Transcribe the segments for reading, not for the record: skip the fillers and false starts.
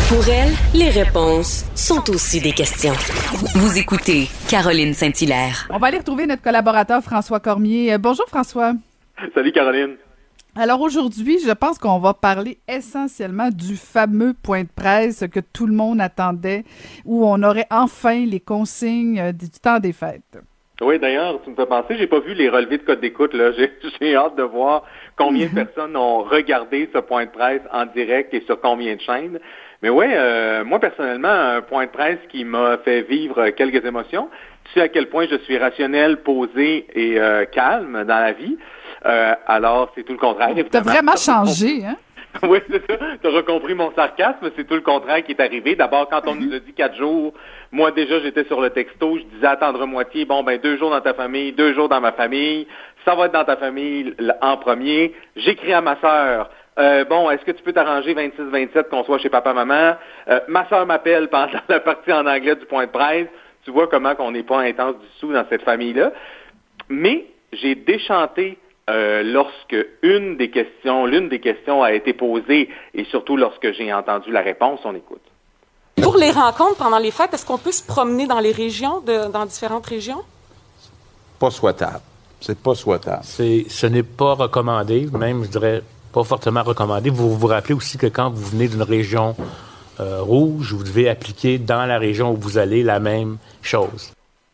Pour elle, les réponses sont aussi des questions. Vous écoutez Caroline Saint-Hilaire. On va aller retrouver notre collaborateur François Cormier. Bonjour François. Salut Caroline. Alors aujourd'hui, je pense qu'on va parler essentiellement du fameux point de presse que tout le monde attendait, où on aurait enfin les consignes du temps des fêtes. Oui, d'ailleurs, tu me fais penser, j'ai pas vu les relevés de code d'écoute, là. J'ai hâte de voir combien de personnes ont regardé ce point de presse en direct et sur combien de chaînes. Mais oui, moi personnellement, un point de presse qui m'a fait vivre quelques émotions. Tu sais à quel point je suis rationnel, posé et calme dans la vie. Alors, c'est tout le contraire. T'as vraiment changé, hein? Oui, c'est ça. Tu auras compris mon sarcasme, c'est tout le contraire qui est arrivé. D'abord, quand on nous a dit 4 jours, moi déjà j'étais sur le texto, je disais attendre moitié, 2 jours dans ta famille, 2 jours dans ma famille, ça va être dans ta famille en premier. J'écris à ma sœur, est-ce que tu peux t'arranger 26-27 qu'on soit chez papa-maman? Ma sœur m'appelle pendant la partie en anglais du point de presse. Tu vois comment qu'on n'est pas intense du tout dans cette famille-là. Mais j'ai déchanté lorsque l'une des questions a été posée et surtout lorsque j'ai entendu la réponse, on écoute. Pour les rencontres pendant les fêtes, est-ce qu'on peut se promener dans les régions, dans différentes régions? Pas souhaitable. C'est pas souhaitable. Ce n'est pas recommandé, même, je dirais, pas fortement recommandé. Vous vous rappelez aussi que quand vous venez d'une région rouge, vous devez appliquer dans la région où vous allez la même chose.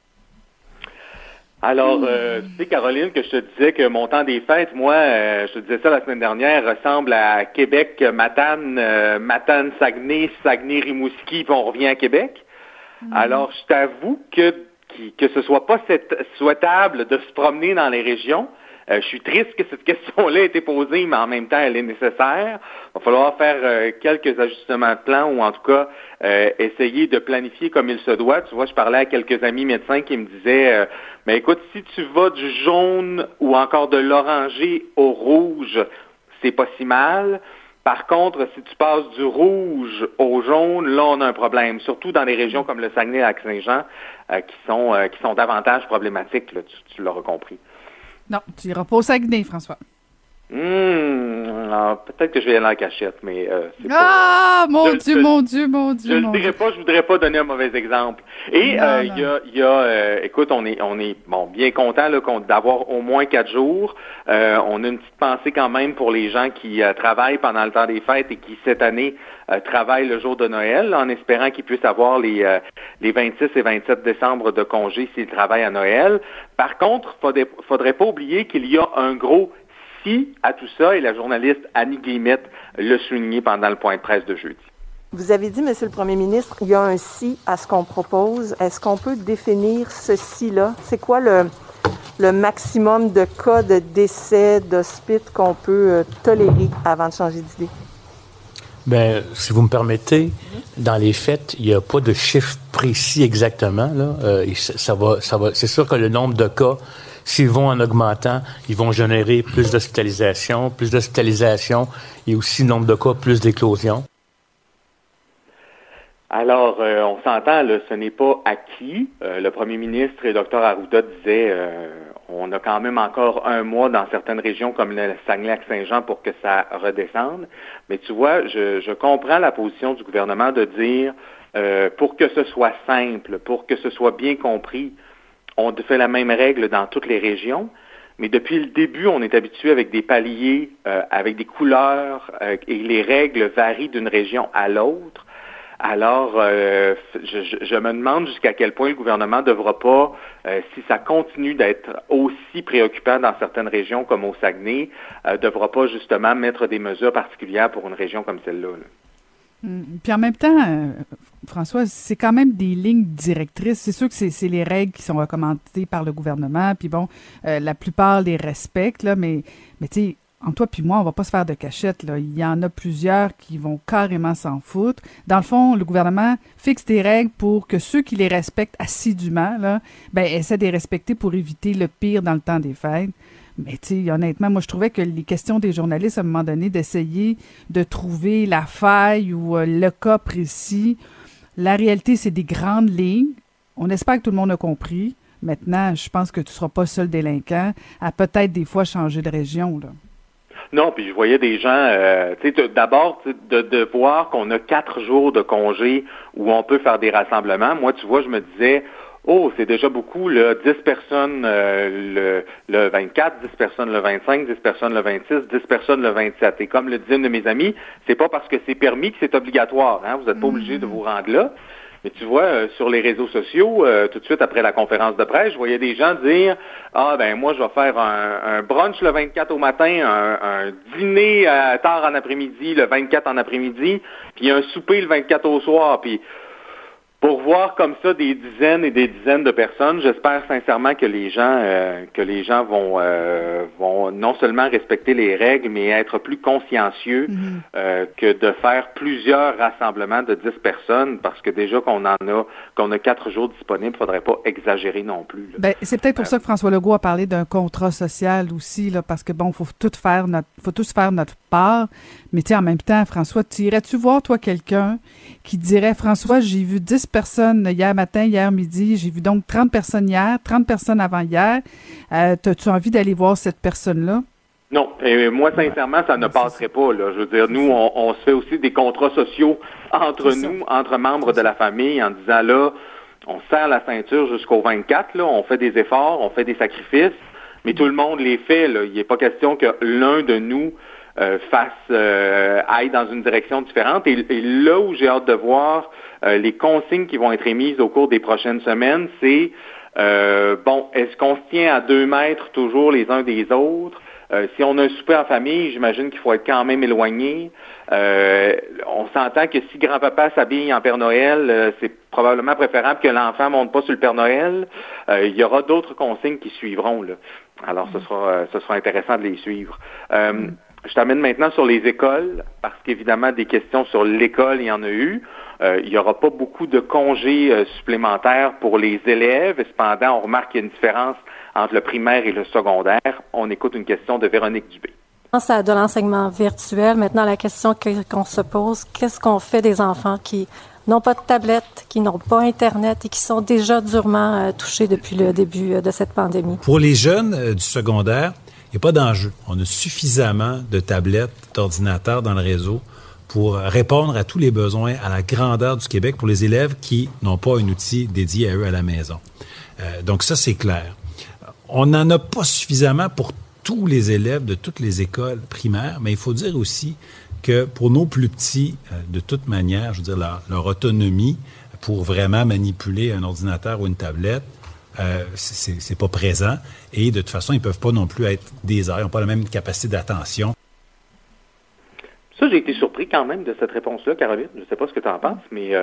Alors, tu sais, Caroline, que je te disais que mon temps des fêtes, moi, je te disais ça la semaine dernière, ressemble à Québec, Matane, Saguenay, Rimouski, puis on revient à Québec. Alors, je t'avoue que ce soit pas souhaitable de se promener dans les régions. Je suis triste que cette question-là ait été posée, mais en même temps, elle est nécessaire. Il va falloir faire quelques ajustements de plan ou en tout cas essayer de planifier comme il se doit. Tu vois, je parlais à quelques amis médecins qui me disaient mais écoute, si tu vas du jaune ou encore de l'orangé au rouge, c'est pas si mal. Par contre, si tu passes du rouge au jaune, là, on a un problème. Surtout dans les régions comme le Saguenay-Lac-Saint-Jean qui sont davantage problématiques, là, tu l'auras compris. Non, tu iras pas au Saguenay, François. Peut-être que je vais aller en cachette, mais c'est pas... Mon Dieu. Je ne dirais pas, je voudrais pas donner un mauvais exemple. Et écoute, on est bien content là, d'avoir au moins 4 jours. On a une petite pensée quand même pour les gens qui travaillent pendant le temps des fêtes et qui, cette année, travaillent le jour de Noël, là, en espérant qu'ils puissent avoir les 26 et 27 décembre de congé s'ils travaillent à Noël. Par contre, faudrait pas oublier qu'il y a un gros si à tout ça, et la journaliste Annie Guillemette l'a souligné pendant le point de presse de jeudi. Vous avez dit, Monsieur le Premier ministre, il y a un si à ce qu'on propose. Est-ce qu'on peut définir ce si-là? C'est quoi le maximum de cas de décès, d'hospice qu'on peut tolérer avant de changer d'idée? Bien, si vous me permettez, dans les faits, il n'y a pas de chiffre précis exactement, là. Ça va, c'est sûr que le nombre de cas, s'ils vont en augmentant, ils vont générer plus d'hospitalisation et aussi, le nombre de cas, plus d'éclosions. Alors, on s'entend, là, ce n'est pas acquis. Le premier ministre et Dr Arruda disaient on a quand même encore 1 mois dans certaines régions comme le Saguenay-Lac-Saint-Jean pour que ça redescende. Mais tu vois, je comprends la position du gouvernement de dire pour que ce soit simple, pour que ce soit bien compris, on fait la même règle dans toutes les régions, mais depuis le début, on est habitué avec des paliers, avec des couleurs, et les règles varient d'une région à l'autre. Alors, je me demande jusqu'à quel point le gouvernement ne devra pas, si ça continue d'être aussi préoccupant dans certaines régions comme au Saguenay, devra pas justement mettre des mesures particulières pour une région comme celle-là. Là. Puis en même temps, François, c'est quand même des lignes directrices. C'est sûr que c'est les règles qui sont recommandées par le gouvernement. Puis bon, la plupart les respectent, là, mais tu sais, entre toi puis moi, on va pas se faire de cachette, là. Il y en a plusieurs qui vont carrément s'en foutre. Dans le fond, le gouvernement fixe des règles pour que ceux qui les respectent assidûment, là, essaient de les respecter pour éviter le pire dans le temps des fêtes. Mais tu sais, honnêtement, moi, je trouvais que les questions des journalistes, à un moment donné, d'essayer de trouver la faille ou le cas précis. La réalité, c'est des grandes lignes. On espère que tout le monde a compris. Maintenant, je pense que tu ne seras pas seul délinquant à peut-être des fois changer de région, là. Non, puis je voyais des gens, d'abord, de voir qu'on a 4 jours de congé où on peut faire des rassemblements. Moi, tu vois, je me disais, c'est déjà beaucoup, là, 10 personnes le 24, 10 personnes le 25, 10 personnes le 26, 10 personnes le 27. Et comme le disait une de mes amis, c'est pas parce que c'est permis que c'est obligatoire, hein, vous n'êtes pas obligé de vous rendre là. Mais tu vois, sur les réseaux sociaux, tout de suite après la conférence de presse, je voyais des gens dire « Ah, ben moi, je vais faire un brunch le 24 au matin, un dîner tard en après-midi, le 24 en après-midi, puis un souper le 24 au soir. » Puis pour voir comme ça des dizaines et des dizaines de personnes, j'espère sincèrement que les gens vont non seulement respecter les règles, mais être plus consciencieux que de faire plusieurs rassemblements de 10 personnes, parce que déjà qu'on a 4 jours disponibles, faudrait pas exagérer non plus. Là. Ben, c'est peut-être pour ça que François Legault a parlé d'un contrat social aussi, là, parce que faut tous faire notre part. Mais en même temps, François, irais-tu voir, toi, quelqu'un qui dirait, François, j'ai vu 10 personnes hier matin, hier midi, j'ai vu donc 30 personnes hier, 30 personnes avant hier. T'as-tu envie d'aller voir cette personne-là? Non. Et moi, sincèrement, ça ne passerait pas, là. Je veux dire, nous, on se fait aussi des contrats sociaux entre membres de la famille, en disant, là, on serre la ceinture jusqu'au 24, là, on fait des efforts, on fait des sacrifices, mais tout le monde les fait, là. Il n'est pas question que l'un de nous aille dans une direction différente. Et là où j'ai hâte de voir les consignes qui vont être émises au cours des prochaines semaines, c'est est-ce qu'on se tient à 2 mètres toujours les uns des autres? Si on a un souper en famille, j'imagine qu'il faut être quand même éloigné. On s'entend que si grand-papa s'habille en Père Noël, c'est probablement préférable que l'enfant ne monte pas sur le Père Noël. Il y aura d'autres consignes qui suivront, là. Alors, ce sera intéressant de les suivre. Je t'amène maintenant sur les écoles, parce qu'évidemment, des questions sur l'école, il y en a eu. Il n'y aura pas beaucoup de congés supplémentaires pour les élèves. Et cependant, on remarque qu'il y a une différence entre le primaire et le secondaire. On écoute une question de Véronique Dubé. À de l'enseignement virtuel, maintenant, la question qu'on se pose, qu'est-ce qu'on fait des enfants qui n'ont pas de tablette, qui n'ont pas Internet et qui sont déjà durement touchés depuis le début de cette pandémie? Pour les jeunes du secondaire, il n'y a pas d'enjeu. On a suffisamment de tablettes, d'ordinateurs dans le réseau pour répondre à tous les besoins à la grandeur du Québec pour les élèves qui n'ont pas un outil dédié à eux à la maison. Donc ça, c'est clair. On n'en a pas suffisamment pour tous les élèves de toutes les écoles primaires, mais il faut dire aussi que pour nos plus petits, de toute manière, je veux dire, leur autonomie pour vraiment manipuler un ordinateur ou une tablette, c'est pas présent. Et de toute façon, ils peuvent pas non plus être des heures, ils n'ont pas la même capacité d'attention. Ça, j'ai été surpris quand même de cette réponse-là, Caroline. Je ne sais pas ce que tu en penses, mais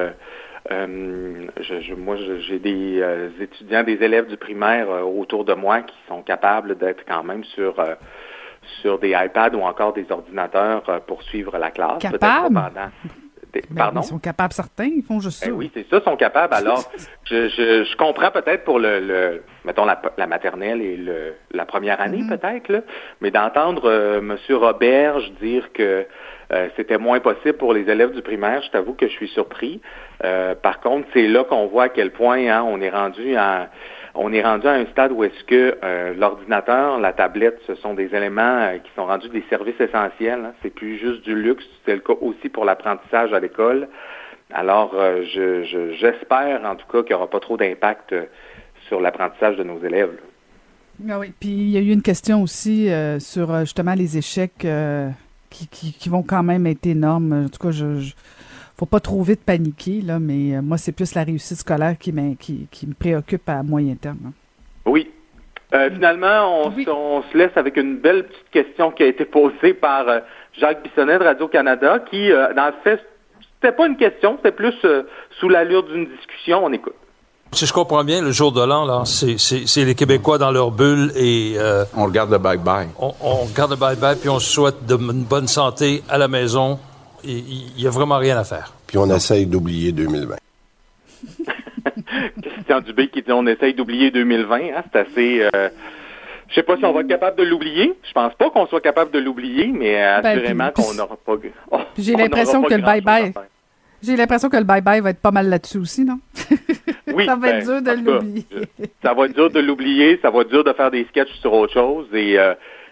moi, j'ai des étudiants, des élèves du primaire autour de moi qui sont capables d'être quand même sur des iPads ou encore des ordinateurs pour suivre la classe. Capables? Pardon? Ils sont capables, certains, ils font juste ça. Oui, c'est ça, ils sont capables. Alors, je comprends peut-être pour mettons, la maternelle et la première année, peut-être, là, mais d'entendre M. Roberge dire que c'était moins possible pour les élèves du primaire, je t'avoue que je suis surpris. Par contre, c'est là qu'on voit à quel point on est rendu à un stade où est-ce que l'ordinateur, la tablette, ce sont des éléments qui sont rendus des services essentiels. Hein. C'est plus juste du luxe. C'est le cas aussi pour l'apprentissage à l'école. Alors, j'espère en tout cas qu'il n'y aura pas trop d'impact sur l'apprentissage de nos élèves. Là. Ah oui. Puis il y a eu une question aussi sur justement les échecs qui vont quand même être énormes. En tout cas, faut pas trop vite paniquer, là, mais moi, c'est plus la réussite scolaire qui me préoccupe à moyen terme. Hein. Oui. Finalement, on se laisse avec une belle petite question qui a été posée par Jacques Bissonnet de Radio-Canada, qui, dans le fait, c'était pas une question, c'était plus sous l'allure d'une discussion. On écoute. Si je comprends bien, le jour de l'an, là, c'est les Québécois dans leur bulle et... on regarde le bye-bye. On regarde le bye-bye, puis on se souhaite une bonne santé à la maison. Il n'y a vraiment rien à faire. Puis on essaye d'oublier 2020. Christian Dubé qui dit on essaye d'oublier 2020. Hein, c'est assez... je sais pas si on va être capable de l'oublier. Je pense pas qu'on soit capable de l'oublier, mais assurément qu'on n'aura pas... J'ai l'impression que le bye-bye... J'ai l'impression que le bye-bye va être pas mal là-dessus aussi, non? Oui, ça va être dur de l'oublier. Ça va être dur de l'oublier, ça va être dur de faire des sketchs sur autre chose et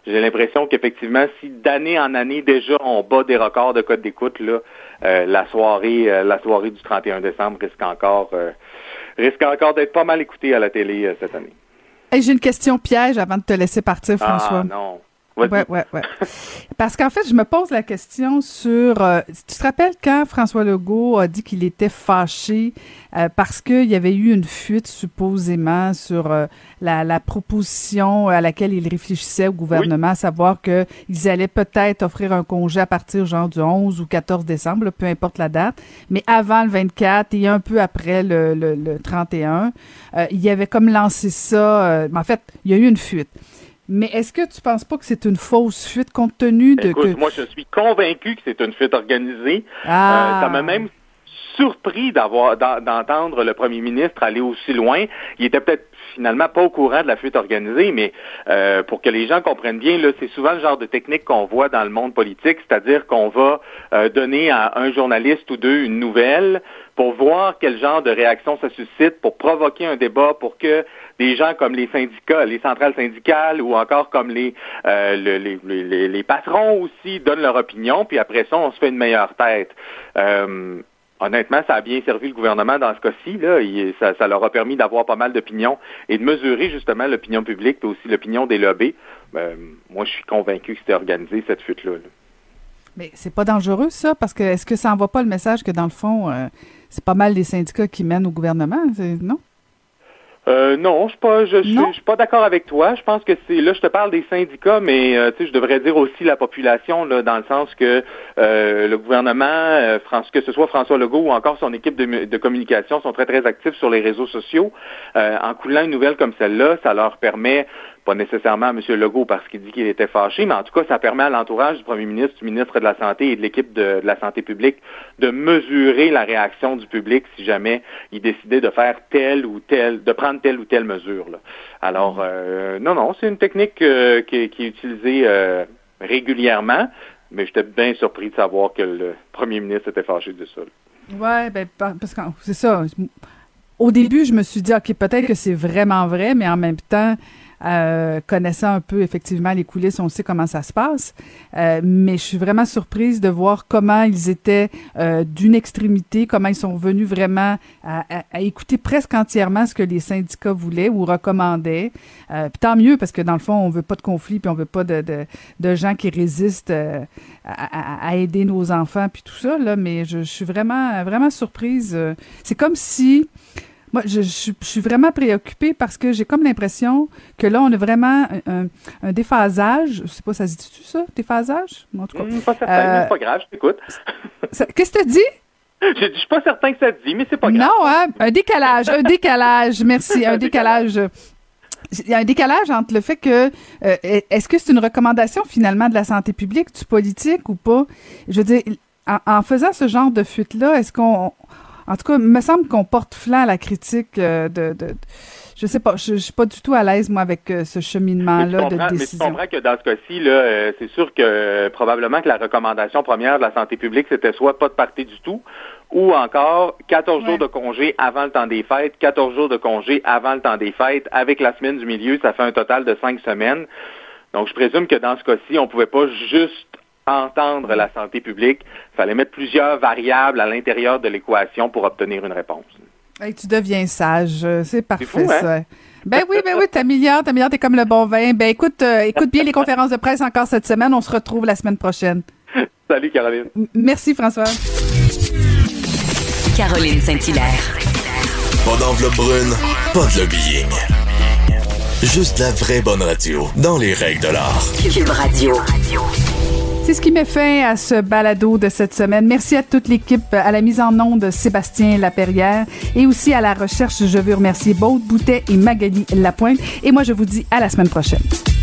j'ai l'impression qu'effectivement, si d'année en année, déjà, on bat des records de code d'écoute, là, la soirée du 31 décembre risque encore d'être pas mal écoutée à la télé cette année. Hey, j'ai une question piège avant de te laisser partir, François. Ah non. Ouais. Parce qu'en fait, je me pose la question sur... tu te rappelles quand François Legault a dit qu'il était fâché parce qu'il y avait eu une fuite, supposément, sur la proposition à laquelle il réfléchissait au gouvernement, à savoir qu'ils allaient peut-être offrir un congé à partir genre du 11 ou 14 décembre, là, peu importe la date, mais avant le 24 et un peu après le 31, il y avait comme lancé ça. En fait, il y a eu une fuite. Mais est-ce que tu penses pas que c'est une fausse fuite compte tenu de... Écoute, moi, je suis convaincu que c'est une fuite organisée. Ça m'a même surpris d'entendre le premier ministre aller aussi loin. Il était peut-être finalement pas au courant de la fuite organisée, mais pour que les gens comprennent bien, là, c'est souvent le genre de technique qu'on voit dans le monde politique, c'est-à-dire qu'on va donner à un journaliste ou deux une nouvelle pour voir quel genre de réaction ça suscite, pour provoquer un débat, pour que des gens comme les syndicats, les centrales syndicales ou encore comme les patrons aussi donnent leur opinion, puis après ça, on se fait une meilleure tête. Honnêtement, ça a bien servi le gouvernement dans ce cas-ci, là. Ça leur a permis d'avoir pas mal d'opinions et de mesurer justement l'opinion publique et aussi l'opinion des lobbies. Moi, je suis convaincu que c'était organisé, cette fuite-là. Là. Mais c'est pas dangereux, ça? Parce que est-ce que ça envoie pas le message que, dans le fond, c'est pas mal les syndicats qui mènent au gouvernement, non? Non, je suis pas d'accord avec toi. Je pense que là, je te parle des syndicats, mais je devrais dire aussi la population, là, dans le sens que le gouvernement, que ce soit François Legault ou encore son équipe de communication, sont très, très actifs sur les réseaux sociaux. En coulant une nouvelle comme celle-là, ça leur permet, pas nécessairement à M. Legault parce qu'il dit qu'il était fâché, mais en tout cas, ça permet à l'entourage du premier ministre, du ministre de la Santé et de l'équipe de la santé publique de mesurer la réaction du public si jamais il décidait de faire de prendre telle ou telle mesure, là. Alors, non, c'est une technique qui est utilisée régulièrement, mais j'étais bien surpris de savoir que le premier ministre était fâché de ça. Oui, parce que c'est ça. Au début, je me suis dit, OK, peut-être que c'est vraiment vrai, mais en même temps, connaissant un peu effectivement les coulisses, on sait comment ça se passe, mais je suis vraiment surprise de voir comment ils étaient d'une extrémité, comment ils sont venus vraiment à écouter presque entièrement ce que les syndicats voulaient ou recommandaient. Puis tant mieux, parce que dans le fond, on veut pas de conflit, puis on veut pas de gens qui résistent à aider nos enfants, puis tout ça, là, mais je suis vraiment, vraiment surprise. C'est comme si... Moi, je suis vraiment préoccupée parce que j'ai comme l'impression que là, on a vraiment un déphasage. Je sais pas, ça se dit-tu ça? Déphasage? En tout cas. Pas certain, mais c'est pas grave, je t'écoute. Qu'est-ce que tu as dit? Je suis pas certain que ça te dit, mais c'est pas grave. Non, hein? Un décalage, merci, un décalage. Il y a un décalage entre le fait que est-ce que c'est une recommandation finalement de la santé publique, du politique ou pas? Je veux dire, en faisant ce genre de fuite-là, est-ce qu'on... En tout cas, il me semble qu'on porte flanc à la critique je sais pas, je suis pas du tout à l'aise, moi, avec ce cheminement-là de décision. Mais tu comprends que dans ce cas-ci, là, c'est sûr que probablement que la recommandation première de la santé publique, c'était soit pas de party du tout, ou encore 14 jours de congé avant le temps des fêtes, 14 jours de congé avant le temps des fêtes, avec la semaine du milieu, ça fait un total de 5 semaines. Donc, je présume que dans ce cas-ci, on pouvait pas juste entendre la santé publique. Il fallait mettre plusieurs variables à l'intérieur de l'équation pour obtenir une réponse. Hey, tu deviens sage. C'est parfait, c'est fou, hein? Ça. Ben oui, t'améliores, t'es comme le bon vin. Ben écoute bien les conférences de presse encore cette semaine. On se retrouve la semaine prochaine. Salut, Caroline. Merci, François. Caroline Saint-Hilaire. Pas d'enveloppe brune, pas de lobbying. Juste la vraie bonne radio, dans les règles de l'art. Cube Radio. C'est ce qui met fin à ce balado de cette semaine. Merci à toute l'équipe, à la mise en onde Sébastien Laperrière et aussi à la recherche. Je veux remercier Maude Boutet et Magali Lapointe. Et moi, je vous dis à la semaine prochaine.